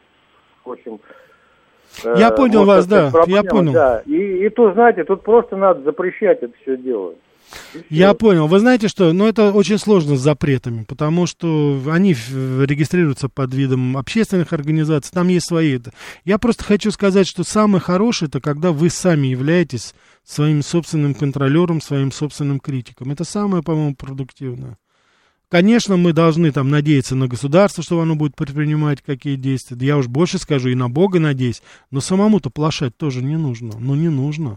в общем... Я э, понял вас, да, проблемы, я понял. Да. И, и тут, знаете, тут просто надо запрещать это все дело. Я понял. Вы знаете что, ну это очень сложно с запретами, потому что они регистрируются под видом общественных организаций, там есть свои. Я просто хочу сказать, что самое хорошее, это когда вы сами являетесь своим собственным контролером, своим собственным критиком. Это самое, по-моему, продуктивное. Конечно, мы должны там надеяться на государство, что оно будет предпринимать какие действия. Я уж больше скажу, и на Бога надеюсь. Но самому-то плашать тоже не нужно. Ну, не нужно.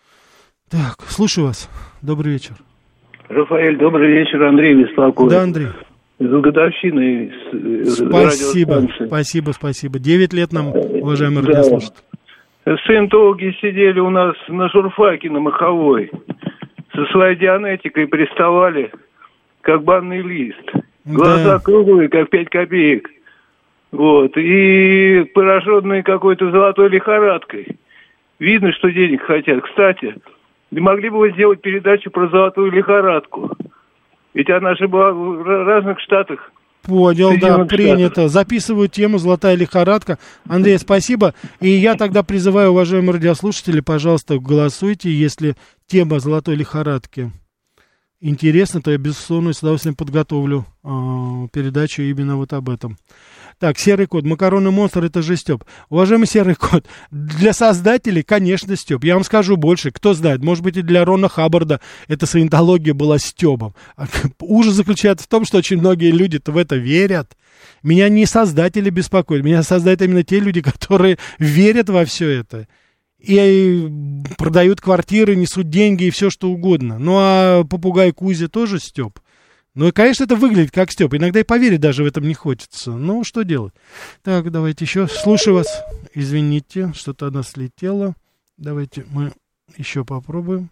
Так, слушаю вас. Добрый вечер. Рафаэль, добрый вечер. Андрей беспокоит. Да, Андрей. С годовщиной Спасибо, спасибо, спасибо. Девять лет нам, уважаемые да. радиослушатели. Саентологи сидели у нас на журфаке на Маховой. Со своей дианетикой приставали, как банный лист. Глаза да. круглые, как пять копеек. Вот, и пораженные какой-то золотой лихорадкой. Видно, что денег хотят. Кстати, могли бы вы сделать передачу про золотую лихорадку? Ведь она же была в разных штатах. Понял, да, принято. Записываю тему «Золотая лихорадка». Андрей, спасибо. И я тогда призываю, уважаемые радиослушатели, пожалуйста, голосуйте. Если тема «Золотой лихорадки» интересна, то я, безусловно, с удовольствием подготовлю э, передачу именно вот об этом. Так, серый кот. Макаронный монстр — это же Степ. Уважаемый серый кот, для создателей, конечно, Степ. Я вам скажу больше. Кто знает, может быть, и для Рона Хаббарда эта саентология была Степом. Ужас заключается в том, что очень многие люди-то в это верят. Меня не создатели беспокоят. Меня создают именно те люди, которые верят во все это. И продают квартиры, несут деньги и все, что угодно. Ну, а попугай Кузя тоже Степ. Ну, и, конечно, это выглядит как Степ. Иногда и поверить даже в этом не хочется. Ну, что делать? Так, давайте еще. Слушаю вас. Извините, что-то она слетела. Давайте мы еще попробуем.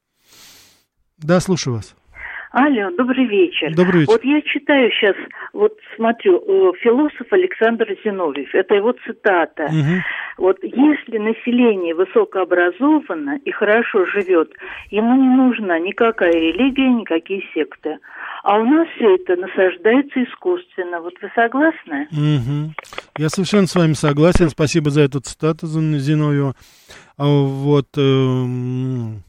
Да, слушаю вас. Алло, добрый вечер. Добрый вечер. Вот я читаю сейчас, вот смотрю, философ Александр Зиновьев, это его цитата. Угу. Вот если население высокообразовано и хорошо живет, ему не нужна никакая религия, никакие секты. А у нас все это насаждается искусственно. Вот вы согласны? Угу. Я совершенно с вами согласен. Спасибо за эту цитату Зиновьева. Вот... Э-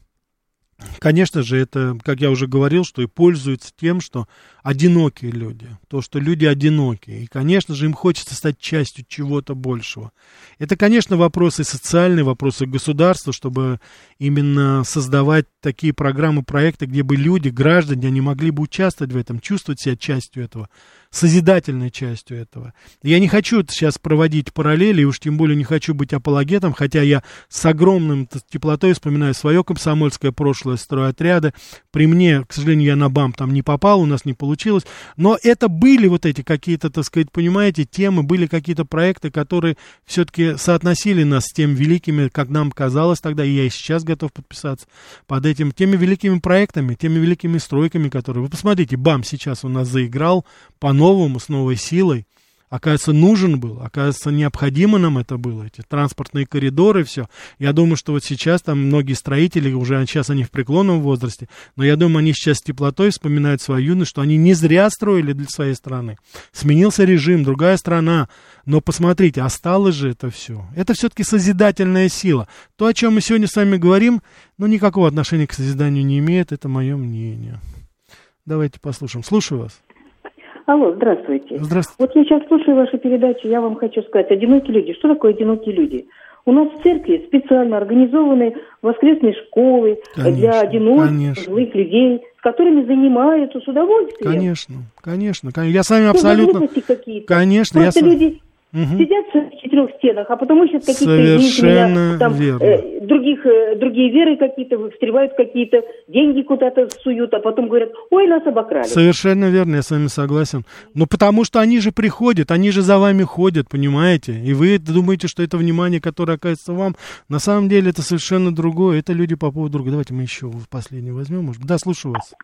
Конечно же, это, как я уже говорил, что и пользуется тем, что одинокие люди, то, что люди одинокие, и, конечно же, им хочется стать частью чего-то большего. Это, конечно, вопросы социальные, вопросы государства, чтобы именно создавать такие программы, проекты, где бы люди, граждане, они могли бы участвовать в этом, чувствовать себя частью этого, созидательной частью этого. Я не хочу сейчас проводить параллели, и уж тем более не хочу быть апологетом, хотя я с огромным теплотой вспоминаю свое комсомольское прошлое, стройотряды. При мне, к сожалению, я на БАМ там не попал, у нас не получилось, но это были вот эти какие-то, так сказать, понимаете, темы, были какие-то проекты, которые все-таки соотносили нас с теми великими, как нам казалось тогда, и я и сейчас готов подписаться под этим, теми великими проектами, теми великими стройками, которые... Вы посмотрите, БАМ сейчас у нас заиграл по-новому, с новой силой. Оказывается, нужен был, оказывается, необходимо нам это было, эти транспортные коридоры, все. Я думаю, что вот сейчас там многие строители, уже сейчас они в преклонном возрасте, но я думаю, они сейчас с теплотой вспоминают свою юность, что они не зря строили для своей страны. Сменился режим, другая страна, но посмотрите, осталось же это все. Это все-таки созидательная сила. То, о чем мы сегодня с вами говорим, ну, никакого отношения к созиданию не имеет, это мое мнение. Давайте послушаем. Слушаю вас. Алло, здравствуйте. Здравствуйте. Вот я сейчас слушаю вашу передачу, я вам хочу сказать, одинокие люди. Что такое одинокие люди? У нас в церкви специально организованы воскресные школы, конечно, для одиноких, злых людей, с которыми занимаются с удовольствием. Конечно, конечно. Я с вами абсолютно... Конечно, Просто я... люди... Угу. Сидят в четырех стенах, а потом ищут какие-то, извините меня, там, э, других, э, другие веры какие-то, встревают какие-то, деньги куда-то суют, а потом говорят, ой, нас обокрали. Совершенно верно, я с вами согласен. Но потому что они же приходят, они же за вами ходят, понимаете? И вы думаете, что это внимание, которое оказывается вам, на самом деле это совершенно другое. Это люди по поводу друга. Давайте мы еще последний возьмем, может быть. Да, слушаю вас.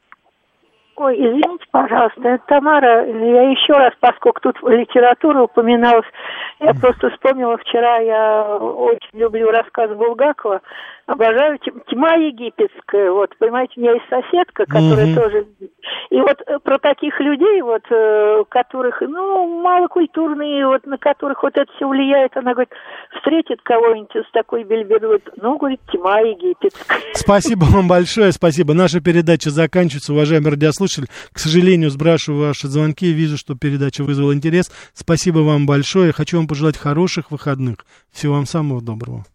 Ой, извините, пожалуйста, это Тамара. Я еще раз, поскольку тут литература упоминалась, я просто вспомнила вчера, я очень люблю рассказ Булгакова, обожаю «Тьма египетская». Вот, понимаете, у меня есть соседка, которая mm-hmm. тоже... И вот про таких людей, вот, которых, ну, малокультурные, вот, на которых вот это все влияет, она говорит, встретит кого-нибудь с такой бельбедой, ну, говорит, «Тьма египетская». Спасибо вам большое, спасибо. Наша передача заканчивается, уважаемые радиослушатели. К сожалению, сбрасываю ваши звонки, вижу, что передача вызвала интерес. Спасибо вам большое. Хочу вам пожелать хороших выходных. Всего вам самого доброго.